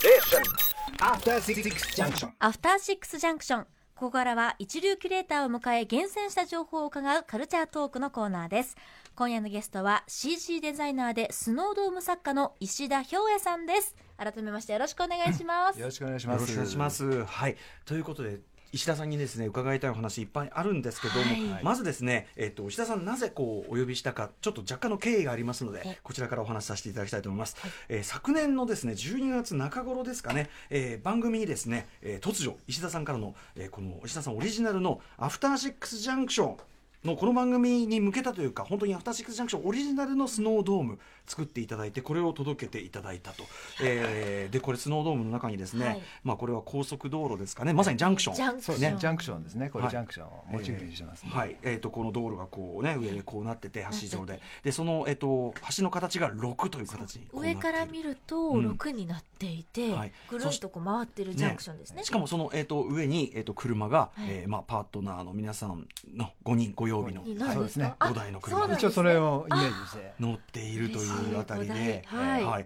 アフターシックスジャンクション。 アフターシックスジャンクション。ここからは一流キュレーターを迎え厳選した情報を伺うカルチャートークのコーナーです。今夜のゲストは CG デザイナーでスノードーム作家の石田兵也さんです。改めましてよろしくお願いします。 よろしくお願いします。 よろしくお願いします。はい、ということで石田さんにですね伺いたいお話いっぱいあるんですけども、 はい、 まずですね、石田さんなぜこうお呼びしたかちょっと若干の経緯がありますのでこちらからお話しさせていただきたいと思います。昨年のですね12月中頃ですかね、番組にですね、突如石田さんからの、この石田さんオリジナルのアフターシックスジャンクションのこの番組に向けたというか本当にアフターシックスジャンクションオリジナルのスノードーム作っていただいてこれを届けていただいたと、でこれスノードームの中にですね、はい、まあこれは高速道路ですかね、まさにジャンクション、 そうね、ジャンクションですね。これジャンクションをモチーフにしてますね。 はい、この道路がこうね上にこうなってて橋上で、でその橋の形が6という形に上から見ると6になっていて、はい、ぐるっとこう回ってるジャンクションですね。 しかもその上に車が、まあパートナーの皆さんの5人5曜日のそうですね 5台の車が一応それをイメージして乗っているというあたりで、 はいはい、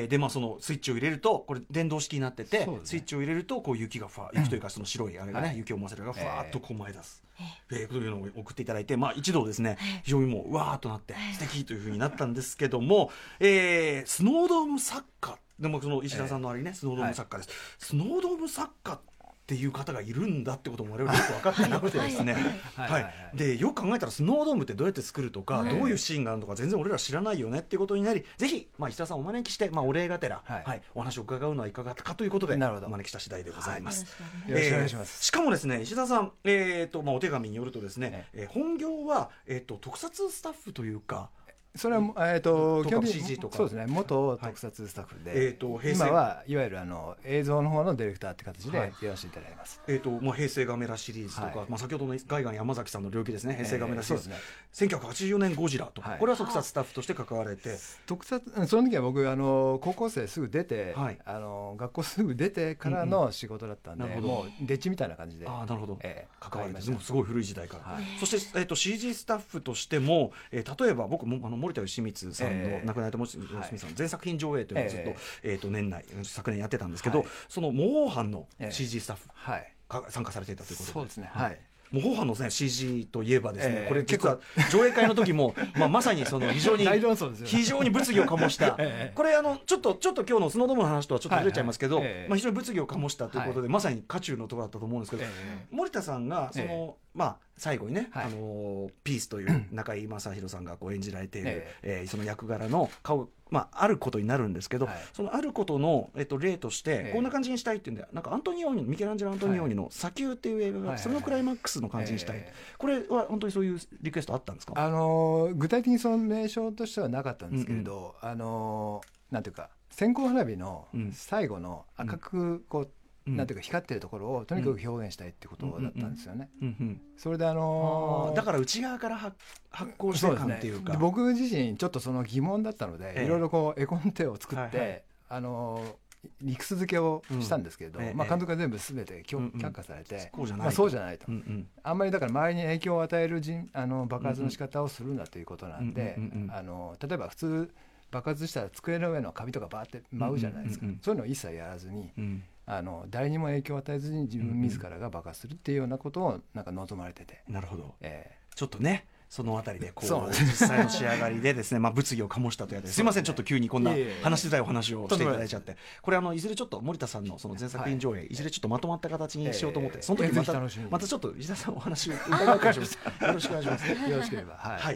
でまあそのスイッチを入れるとこれ電動式になってて、スイッチを入れるとこう雪が雪というかその白いあれがね、雪を混ぜるがふわーっとこう前出す、というのを送っていただいて、まあ一度ですね非常にもううわーっとなって素敵というふうになったんですけども、スノードーム作家でもその石田さんのあれね、スノードーム作家です、スノードーム作家っていう方がいるんだってことも我々よく分かってなくてですね、でよく考えたらスノードームってどうやって作るとか、どういうシーンがあるのか全然俺ら知らないよねっていうことになり、ぜひ、まあ、石田さんをお招きして、まあ、お礼がてら、はいお話を伺うのはいかがかということでお招きした次第でございます。 よろしくお願いします。 しかもですね石田さん、まあ、お手紙によるとですね、本業は、特撮スタッフというかそれはとか CG とかそうですね、元特撮スタッフで、今はいわゆる映像の方のディレクターって形でやらせていただきます。 まあ、平成ガメラシリーズとか、まあ、先ほどのガイガン山崎さんの領域ですね、平成ガメラシリーズ、1984年ゴジラとか、これは特撮スタッフとして関われて、 特撮その時は僕高校生すぐ出て、学校すぐ出てからの仕事だったんで、もうデッチみたいな感じでなるほど、関われて、でもすごい古い時代から、そして、CG スタッフとしても、例えば僕も森田義満さんの亡くなった森田義満さんの全作品上映というのをずっと、年内昨年やってたんですけど、その模倣犯の CG スタッフ、参加されていたということで、 そうですね、はい、 模倣犯の、ね、CG といえばですね、これ実は上映会の時も、まさにその非常に物議を醸した、これちょっと今日のスノードームの話とはちょっとずれちゃいますけど、非常に物議を醸したということで、まさに渦中のところだったと思うんですけど、森田さんがその、まあ最後にね、ピースという中井正広さんがこう演じられている、その役柄の顔、まあ、あることになるんですけど、そのあることの、例として、こんな感じにしたいっていうんで、なんかミケランジェロ・アントニオーニの砂丘っていう映画が、それのクライマックスの感じにしたい、これは本当にそういうリクエストあったんですか？ 具体的にその名称としてはなかったんですけれど、なんていうか線香花火の最後の赤くこう、なんていうか光ってるところをとにかく表現したいってことだったんですよね。それでだから内側から発光してる感っていうか、 僕自身ちょっとその疑問だったので、いろいろこう絵コンテを作って、理屈付けをしたんですけれど、まあ、監督が全部全て却下されて、そうじゃないと、あんまりだから周りに影響を与える爆発の仕方をするんだということなんで、例えば普通爆発したら机の上のカビとかバーって舞うじゃないですか、そういうのを一切やらずに、誰にも影響を与えずに自分自らが爆発するっていうようなことをなんか望まれてて、 なるほど、ちょっとねそのあたりでこう実際の仕上がりでですね、まあ物議を醸したというやつですいません、ちょっと急にこんな話しづらいお話をしていただいちゃって、これいずれちょっと森田さんのその全作品上映、いずれちょっとまとまった形にしようと思って、その時またちょっと石田さんお話を伺うかもしれません。よろしくお願いします。 よろしければ。 はい、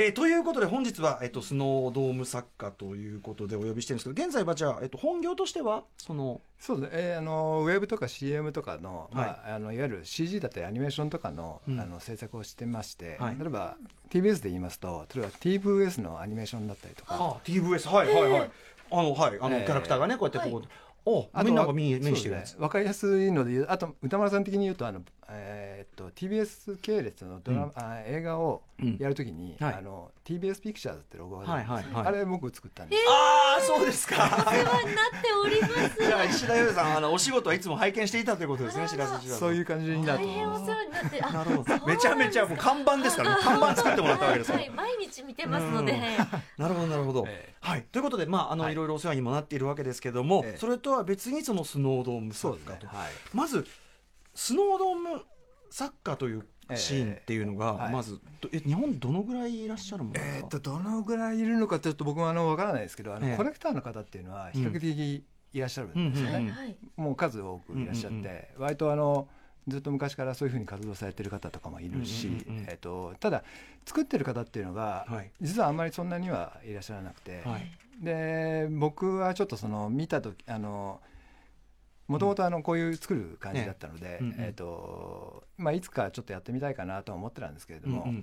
ということで本日はスノードーム作家ということでお呼びしてるんですけど、現在はじゃあ本業としてはそうですね、ウェブとか CM とかの、いわゆる CG だったりアニメーションとかの、制作をしてまして、例えば TBS で言いますと、例えば TVS のアニメーションだったりとか、 TVS はいキャラクターがねこうやってこうみんなが目にしてるやつ、 分かりやすいので、あと歌丸さん的に言うと TBS 系列の映画をやるときに、TBS ピクチャーズってロゴがあるんですよ。あれ僕作ったんです。 ああ、そうですか。 お世話になっております。 じゃあ石田洋さん、お仕事はいつも拝見していたということですね。 そういう感じになって。 大変お世話になって。 なるほど。めちゃめちゃもう看板ですから、看板作ってもらったわけですよ。 毎日見てますので。 なるほどなるほど。はい。ということでいろいろお世話にもなっているわけですけども、それとは別にそのスノードーム作家と、まずスノードーム作家というシーンっていうのがまず日本どのぐらいいらっしゃるものですか？ どのぐらいいるのかちょっと僕もわからないですけど、コレクターの方っていうのは比較的いらっしゃるんですよね。もう数多くいらっしゃって、割とずっと昔からそういうふうに活動されてる方とかもいるし、ただ作ってる方っていうのが実はあんまりそんなにはいらっしゃらなくて、で僕はちょっと見た時もともとこういう作る感じだったので、いつかちょっとやってみたいかなとは思ってたんですけれども、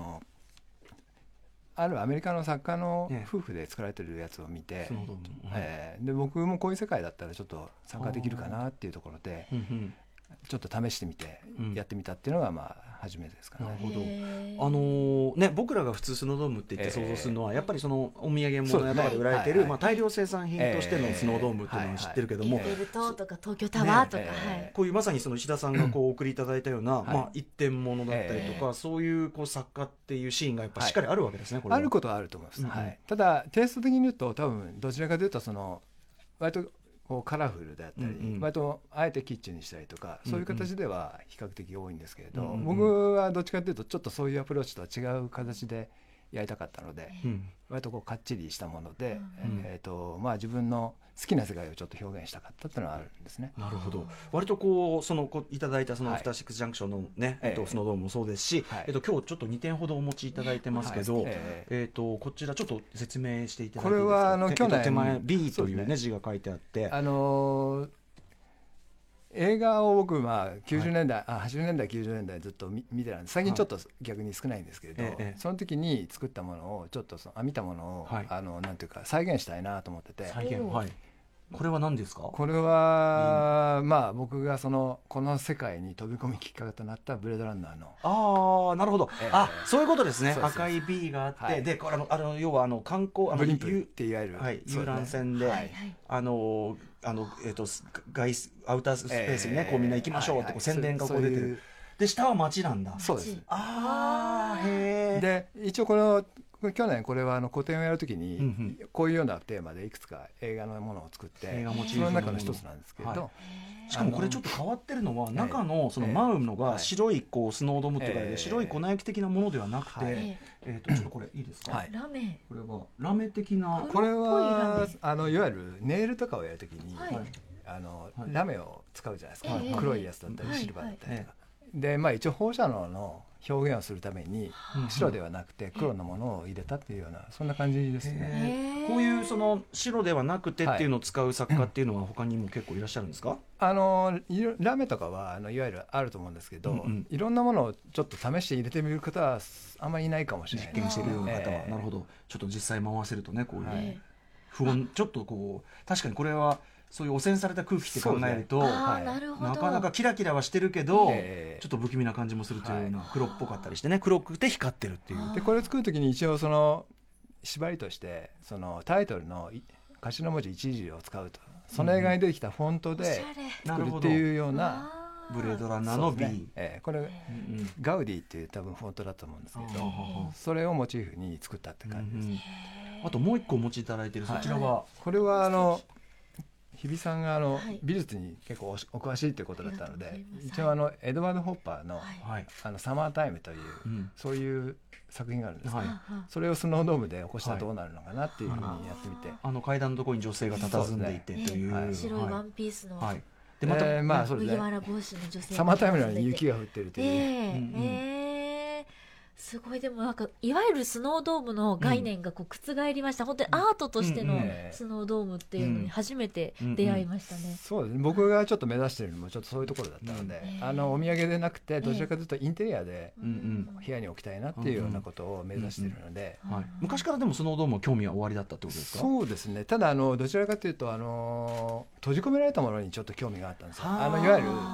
あるアメリカの作家の夫婦で作られてるやつを見て、で僕もこういう世界だったらちょっと参加できるかなっていうところでちょっと試してみてやってみたっていうのが初めてですかね。 なるほど。僕らが普通スノードームって言って想像するのはやっぱりそのお土産物屋とかで売られてる大量生産品としてのスノードームっていうのは知ってるけども、 エッフェル塔とか東京タワーとか、 こういうまさにその石田さんがこうお送りいただいたような一点物だったりとか、そういう作家っていうシーンがやっぱしっかりあるわけですね。これあることはあると思います。ただテイスト的に言うと多分どちらかというと割とカラフルであったり、割とあえてキッチンにしたりとか、そういう形では比較的多いんですけれど、僕はどっちかというとちょっとそういうアプローチとは違う形でやりたかったので、割とかっちりしたもので、自分の好きな世界をちょっと表現したかったっていうのはあるんですね。 なるほど。割といただいたアフターシックスジャンクションのね、スノードームもそうですし、今日ちょっと2点ほどお持ちいただいてますけど、こちらちょっと説明していただいていいですか？これは去年手前 B というね字が書いてあって、 映画を僕90年代80年代90年代ずっと見てたんです。最近ちょっと逆に少ないんですけれど、その時に作ったものをちょっと見たものをなんていうか再現したいなと思ってて。 再現、これは何ですか？ これは僕がこの世界に飛び込みきっかけとなったブレードランナーの。 なるほど。そういうことですね。赤い B があって、で要は観光ブリンプっていわゆる遊覧船でアウタースペースにねみんな行きましょうって宣伝が出てる。で下は街なんだ。 そうです。 へえ。 で一応去年これは個展をやるときにこういうようなテーマでいくつか映画のものを作ってその中の一つなんですけど、 しかもこれちょっと変わってるのは中の舞うのが白いスノードームっていうか白い粉焼き的なものではなくて、ちょっとこれいいですか？ ラメ。 これはラメ的な。 これはいわゆるネイルとかをやるときにラメを使うじゃないですか。黒いやつだったりシルバーだったりとかで、一応放射能の表現をするために白ではなくて黒のものを入れたっていうようなそんな感じですね。 こういう白ではなくてっていうのを使う作家っていうのは他にも結構いらっしゃるんですか？ ラメとかはいわゆるあると思うんですけど、いろんなものをちょっと試して入れてみる方はあんまりいないかもしれない。 実験しているような方は、なるほど。ちょっと実際回せるとねこういう不穏ちょっと確かにこれはそういう汚染された空気って考えると、なかなかキラキラはしてるけど、ちょっと不気味な感じもするというような、黒っぽかったりしてね、黒くて光ってるっていう。 でこれを作るときに一応縛りとしてタイトルの頭文字一字を使うと、その映画に出てきたフォントで作るっていうようなブレードランナーの B、 これガウディっていう多分フォントだと思うんですけど、それをモチーフに作ったって感じです。 あともう一個お持ちいただいているそちらは、 これは日比さんが美術に結構お詳しいということだったので、一応エドワード・ホッパーのサマータイムというそういう作品があるんですけど、それをスノードームで起こしたらどうなるのかなっていうふうにやってみて、 階段のところに女性が佇んでいてという白いワンピースのでまた麦わら帽子の女性サマータイムなのに雪が降ってるという。 すごい。でもいわゆるスノードームの概念が覆りました。本当にアートとしてのスノードームっていうのに初めて出会いましたね。 そうですね。僕がちょっと目指しているのもちょっとそういうところだったので、お土産でなくてどちらかというとインテリアで部屋に置きたいなっていうようなことを目指しているので、 昔からでもスノードームは興味はおありだったってことですか？ そうですね。ただどちらかというと閉じ込められたものにちょっと興味があったんですよ。いわゆる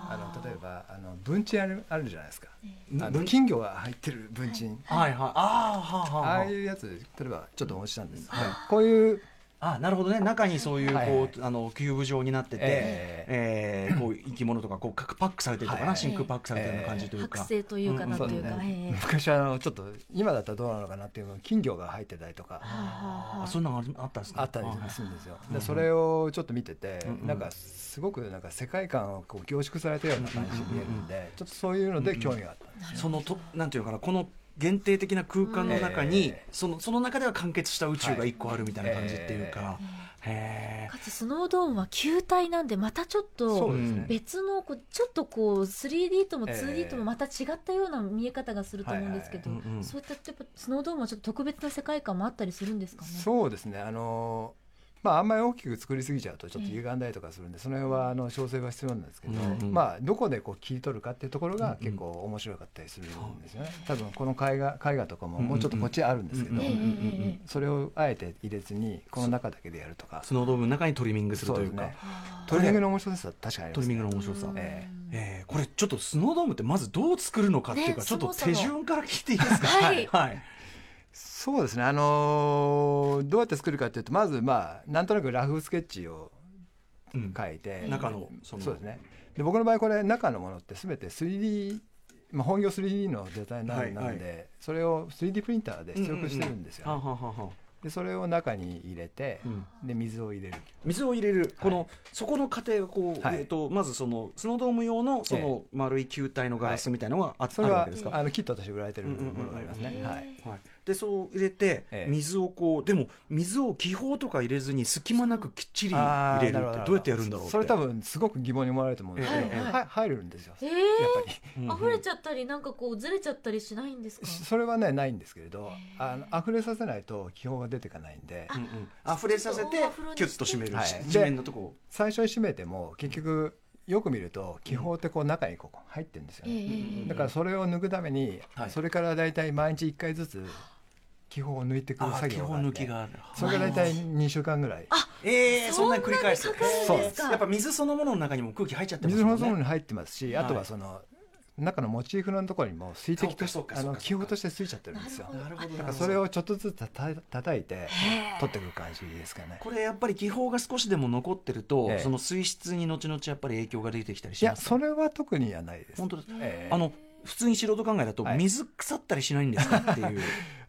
例えば文鎮あるじゃないですか、金魚が入ってる文鎮、ああいうやつ例えばちょっとお持ちなんです、こういうなるほどね、中にそういうこうキューブ状になってて、こう生き物とかこうパックされてるとかな、真空パックされてるような感じというか、 剥製というかなというか、 昔はちょっと今だったらどうなのかなっていう金魚が入ってたりとか、 そんなのあったんですか？ あったりするんですよ。でそれをちょっと見てて、なんかすごくなんか世界観をこう凝縮されたような感じに見えるんで、ちょっとそういうので興味があったんですよ。 そのなんていうかな、この限定的な空間の中に、その中では完結した宇宙が一個あるみたいな感じっていうか、 かつスノードームは球体なんでまたちょっと別のちょっとこう 3D とも 2D ともまた違ったような見え方がすると思うんですけど、そういったやっぱスノードームはちょっと特別な世界観もあったりするんですかね？ そうですね、あんまり大きく作りすぎちゃうとちょっと歪んだりとかするんで、その辺は調整は必要なんですけど、どこでこう切り取るかっていうところが結構面白かったりするんですよね。多分この絵画とかももうちょっとこっちあるんですけど、それをあえて入れずにこの中だけでやるとか、 スノードームの中にトリミングするというか、 トリミングの面白さは確かにありますね。 トリミングの面白さ、これちょっとスノードームってまずどう作るのかっていうか、ちょっと手順から聞いていいですか？ そうですね、どうやって作るかっていうと、まずなんとなくラフスケッチを書いて、 中のそうですね。で僕の場合これ中のものって全て 3D、本業 3D のデザイナーなんで、それを 3D プリンターで出力してるんですよ。でそれを中に入れて、で水を入れる、そこの過程がこう、まずそのスノードーム用のその丸い球体のガラスみたいなのがあるわけですか？ それはキットとして売られてるものがありますね。 でそう入れて水をこう、でも水を気泡とか入れずに隙間なくきっちり入れるってどうやってやるんだろうって、 それ多分すごく疑問に思われると思うんですけど、入るんですよ、やっぱり。 溢れちゃったりなんかこうずれちゃったりしないんですか？ それはねないんですけれど、溢れさせないと気泡が出ていかないんで、 溢れさせてキュッと締める、地面のとこ最初に締めても結局よく見ると気泡ってこう中にこう入ってるんですよね。だからそれを抜くために、それからだいたい毎日1回ずつ気泡を抜いていく作業があって、それがだいたい2週間ぐらい。 そんなに繰り返す。 そうです。 やっぱ水そのものの中にも空気入っちゃってますもんね。 水そのものに入ってますし、あとはその中のモチーフのところにも水滴として気泡としてついちゃってるんですよ。だからそれをちょっとずつ叩いて取っていく感じですかね。 これやっぱり気泡が少しでも残ってると、その水質に後々やっぱり影響が出てきたりしますか？ いや、それは特にはないです。 本当です。普通に素人考えだと水腐ったりしないんですかっていう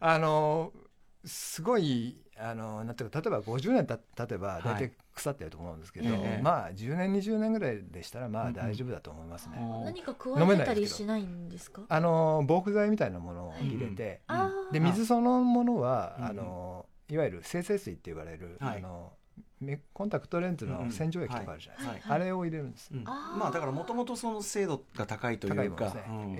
すごいなんていうか、例えば50年経てば大体腐ってると思うんですけど、10年20年ぐらいでしたら大丈夫だと思いますね。 何か加えたりしないんですか？ 防腐剤みたいなものを入れて、で水そのものは、いわゆる精製水って言われる、コンタクトレンズの洗浄液とかあるじゃないですか、あれを入れるんです。 だからもともとその精度が高いというか、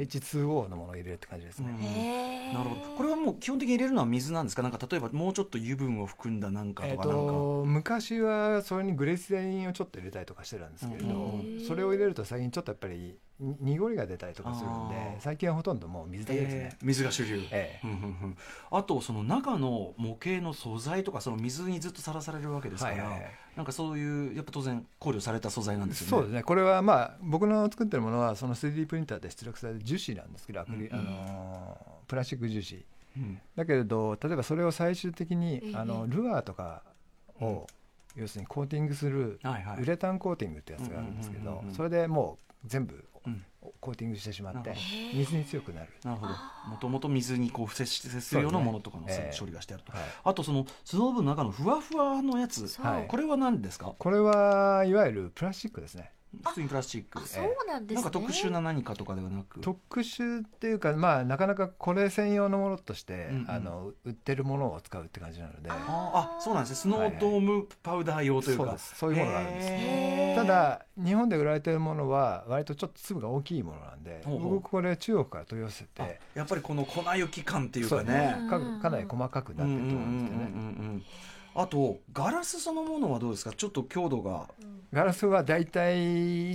H2O のものを入れるって感じですね。 なるほど。これはもう基本的に入れるのは水なんですか？なんか例えばもうちょっと油分を含んだなんかとか昔はそれにグレスレインをちょっと入れたりとかしてたんですけれど、それを入れると最近ちょっとやっぱり濁りが出たりとかするんで、最近はほとんどもう水だけですね。 水が主流。あとその中の模型の素材とか、その水にずっとさらされるわけですから、なんかそういうやっぱ当然考慮された素材なんですよね。 そうですね。これは僕の作ってるものはその 3D プリンターで出力される樹脂なんですけど、プラスチック樹脂、だけれど例えばそれを最終的にルアーとかを要するにコーティングするウレタンコーティングってやつがあるんですけど、それでもう全部コーティングしてしまって水に強くなる。 なるほど。もともと水にこう接するようなものとかの処理がしてあると。あとそのスノーブの中のふわふわのやつ、これは何ですか？ これはいわゆるプラスチックですね。 普通にプラスチック。 そうなんですね。 なんか特殊な何かとかではなく。 特殊っていうか、なかなかこれ専用のものとして、売ってるものを使うって感じなので。 そうなんですね。スノードームパウダー用というか。 そういうものがあるんです。ただ日本で売られてるものは割とちょっと粒が大きいものなんで、僕これ中国から取り寄せて、 やっぱりこの粉雪感っていうかね、 かなり細かくなってると思うんですけどね。 あとガラスそのものはどうですか？ちょっと強度が。 ガラスはだいたい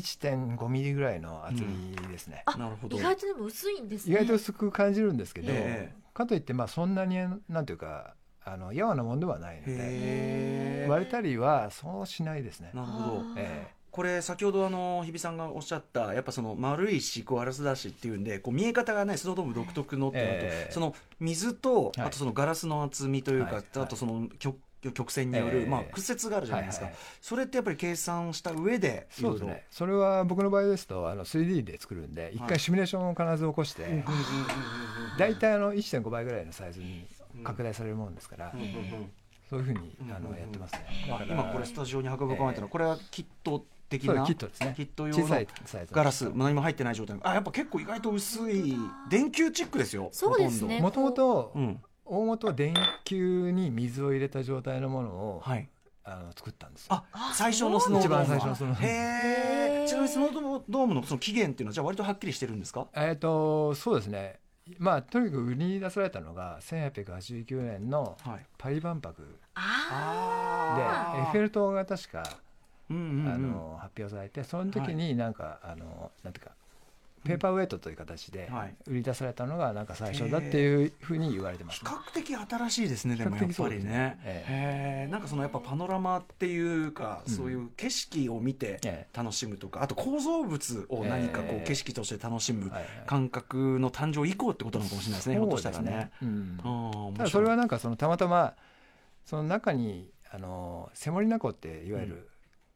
1.5 ミリぐらいの厚みですね。 なるほど。 意外とでも薄いんですね。 意外と薄く感じるんですけど、かといってそんなになんていうかやわなもんではないので、割れたりはそうしないですね。 なるほど。 これ先ほど日比さんがおっしゃったやっぱその丸いしガラスだしっていうんでこう見え方がねスノードーム独特のっていうのと、その水とあとそのガラスの厚みというか、あとその曲線による、屈折があるじゃないですか、それってやっぱり計算した上でそうですね。それは僕の場合ですと3D で作るんで一回シミュレーションを必ず起こして大体1.5 倍ぐらいのサイズに拡大されるものですから、そういうふうにやってますね。 今これスタジオに運ぶ構えたのこれはキット的なキットですね。 キット用のガラス何も入ってない状態やっぱ結構意外と薄い電球チックですよ。 そうですね。 もともと大元は電球に水を入れた状態のものを、作ったんですよ。 最初のスノードーム、 一番最初のスノードーム。 ちなみにスノードームのその起源っていうのはじゃあ割とはっきりしてるんですか？ そうですね。とにかく売りに出されたのが1889年のパリ万博で、エッフェル塔が確か発表されて、その時になんていうかペーパーウェイトという形で売り出されたのがなんか最初だっていうふうに言われてます、 比較的新しいですね。でもやっぱりね、なんかそのやっぱパノラマっていうか、そういう景色を見て楽しむとか、あと構造物を何かこう景色として楽しむ感覚の誕生以降ってことなのかもしれないですね、ひょっとしたらね。 ただそれはなんかたまたまその中にセモリナ粉っていわゆる、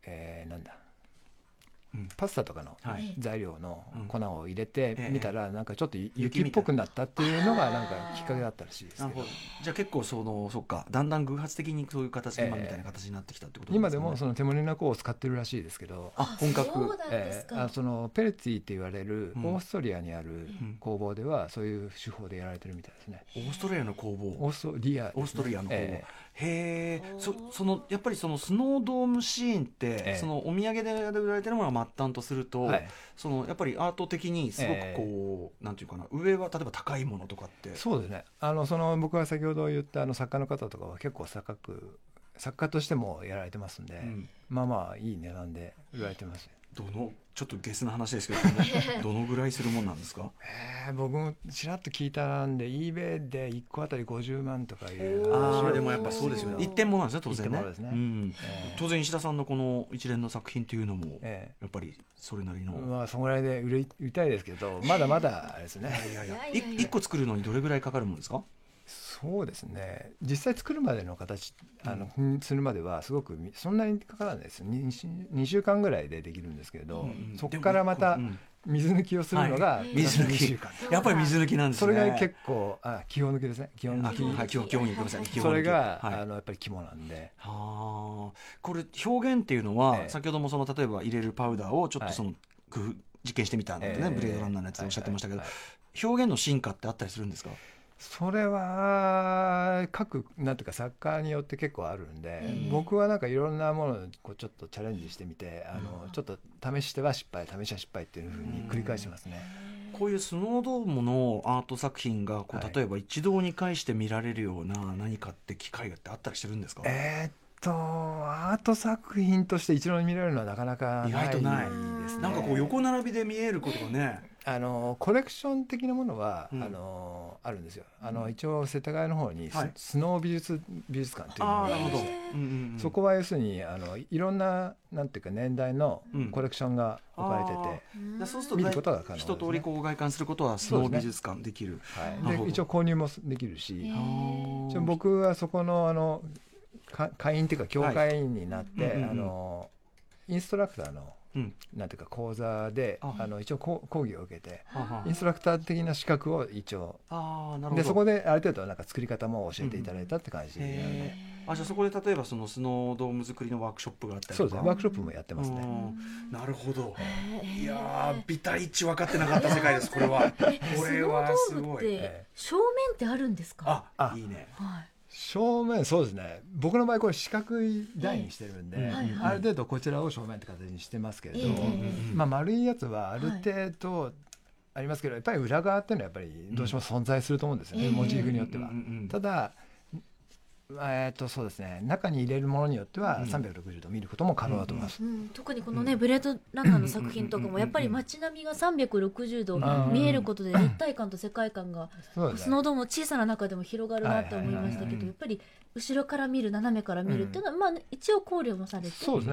パスタとかの材料の粉を入れてみたらなんかちょっと雪っぽくなったっていうのがなんかきっかけだったらしいですけど、 じゃあ結構そっかだんだん偶発的にそういう形今みたいな形になってきたってことですね。 今でもそのセモリナ粉を使ってるらしいですけど、 本格そのペレツィって言われるオーストリアにある工房ではそういう手法でやられてるみたいですね。 オーストリアの工房、 オーストリアの工房、 そのやっぱりそのスノードームシーンって、そのお土産で売られてるものが末端とすると、そのやっぱりアート的にすごくこう、なんていうかな、上は例えば高いものとかって。 そうですね。僕が先ほど言った作家の方とかは結構作家としてもやられてますんで、まあいい値段で売られてます。 ちょっとゲスな話ですけどどのぐらいするもんなんですか？ 僕もちらっと聞いたんで eBay で1個あたり50万とかいうでもやっぱそうですよね。一点物なんですね、当然ね。 一点物ですね。 当然石田さんのこの一連の作品というのもやっぱりそれなりの、 そのぐらいで売りたいですけど、まだまだあれですね。 1個作るのにどれぐらいかかるもんですか？ そうですね。実際作るまでの形するまではすごくそんなにかからないです。2週間ぐらいでできるんですけれど、そこからまた水抜きをするのが2週間。 やっぱり水抜きなんですね。 それが結構基本抜きですね。基本抜き。それがやっぱり肝なんで。 これ表現っていうのは先ほども例えば入れるパウダーをちょっと実験してみたんでね、ブレードランナーのやつでおっしゃってましたけど、表現の進化ってあったりするんですか？ それはなんていうか作家によって結構あるんで、僕はなんかいろんなものをちょっとチャレンジしてみてちょっと試しては失敗、試しは失敗っていうふうに繰り返しますね。 こういうスノードームのアート作品が例えば一堂に会して見られるような何かって機会があったりしてるんですか？ アート作品として一堂に見られるのはなかなかないですね。 なんかこう横並びで見えることがね、 コレクション的なものは、あるんですよ。一応世田谷の方にスノー美術館っていうのがありまして、そこは要するにいろんななんていうか年代のコレクションが置かれてて、 そうすると見ることが可能ですね。 一通りこう外観することはスノー美術館できる。 で一応購入もできるし、僕はそこの会員っていうか教会員になって、インストラクターのなんていうか講座で一応講義を受けてインストラクター的な資格を一応で、そこである程度なんか作り方も教えていただいたって感じなので、 じゃあそこで例えばそのスノードーム作りのワークショップがあったりとか。 そうですね、ワークショップもやってますね。 なるほど。いやー、ビタ一分かってなかった世界です。これはすごい。 正面ってあるんですか？ いいね。 正面、そうですね。僕の場合これ四角い台にしてるんで、ある程度こちらを正面って形にしてますけれど、丸いやつはある程度ありますけど、やっぱり裏側っていうのはやっぱりどうしても存在すると思うんですよね、モチーフによっては。ただそうですね、中に入れるものによっては360度見ることも可能だと思います。 特にこのね、ブレードランナーの作品とかもやっぱり街並みが360度見えることで立体感と世界観がスノードームの小さな中でも広がるなって思いましたけど、やっぱり後ろから見る、斜めから見るっていうのは一応考慮もされて。 そうですね。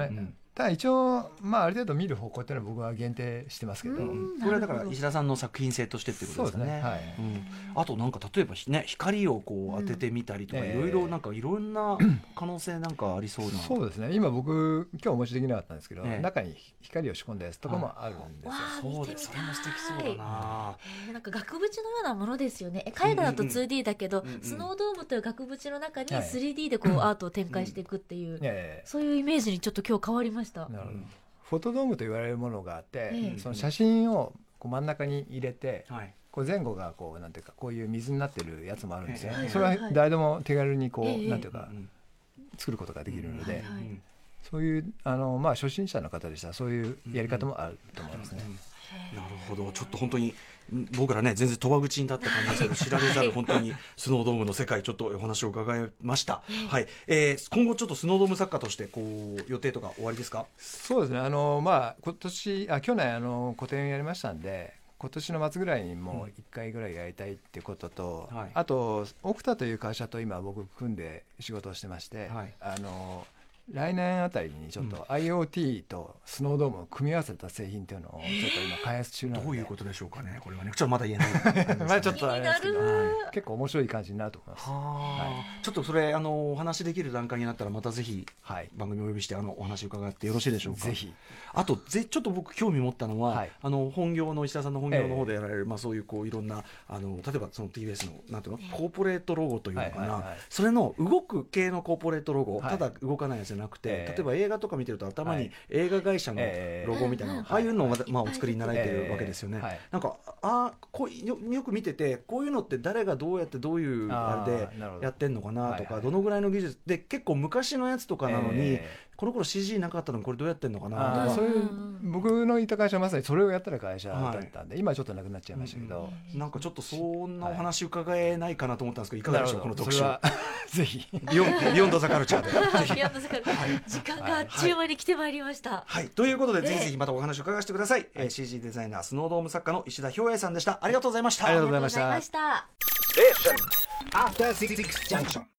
ただ一応、まあ、ある程度見る方向っていうのは僕は限定してますけど、これはだから石田さんの作品性としてっていうことですかね。はい、あとなんか例えばね、光をこう当ててみたりとか、いろいろなんかいろんな可能性なんかありそうな。 そうですね。今僕今日お持ちできなかったんですけど、中に光を仕込んだやつとかもあるんですよ。 そうです。それも素敵そうだな。 なんか額縁のようなものですよね。絵画だと 2D だけど、スノードームという額縁の中に 3D でこうアートを展開していくっていう、そういうイメージにちょっと今日変わりました。 なるほど。フォトドームと言われるものがあって、その写真をこう真ん中に入れて、こう前後がこうなんていうかこういう水になってるやつもあるんですよ。それは誰でも手軽にこうなんていうか作ることができるので、そういうまあ初心者の方でしたらそういうやり方もあると思いますね。 なるほど。ちょっと本当に僕らね全然賭場口に立った感じですけど、知られざる本当にスノードームの世界ちょっとお話を伺いました。はい。今後ちょっとスノードーム作家としてこう予定とか終わりですか？ そうですね。まあ去年個展やりましたんで、今年の末ぐらいにもう1回ぐらいやりたいっていうことと、あとオクタという会社と今僕組んで仕事をしてまして、来年あたりにちょっと IoT とスノードームを組み合わせた製品というのをちょっと今開発中なので、 どういうことでしょうかね。これはねちょっとまだ言えないまあちょっとあれですけど、結構面白い感じになると思います。 ちょっとそれお話できる段階になったらまたぜひ番組をお呼びしてお話伺ってよろしいでしょうか。 ぜひ。 あとちょっと僕興味持ったのは、本業の石田さんの本業の方でやられる、そういうこういろんな例えばその TBS のなんていうのコーポレートロゴというのかな、それの動く系のコーポレートロゴ、ただ動かないやつじゃなくて、例えば映画とか見てると頭に映画会社のロゴみたいな、ああいうのをお作りになられてるわけですよね。なんかよく見てて、こういうのって誰がどうやってどういうあれでやってんのかなとか、どのぐらいの技術で、結構昔のやつとかなのに、この頃 CG なかったのにこれどうやってんのかなとか、 そういう僕のいた会社はまさにそれをやってた会社だったんで、今ちょっとなくなっちゃいましたけど、 なんかちょっとそんなお話伺えないかなと思ったんですけど、いかがでしょうこの特集。 ぜひビヨンドザカルチャーで時間があっちゅう間に来てまいりました。 はい、ということでぜひぜひまたお話を伺わせてください。CG デザイナースノードーム作家の石田兵衛さんでした。ありがとうございました。 ありがとうございました。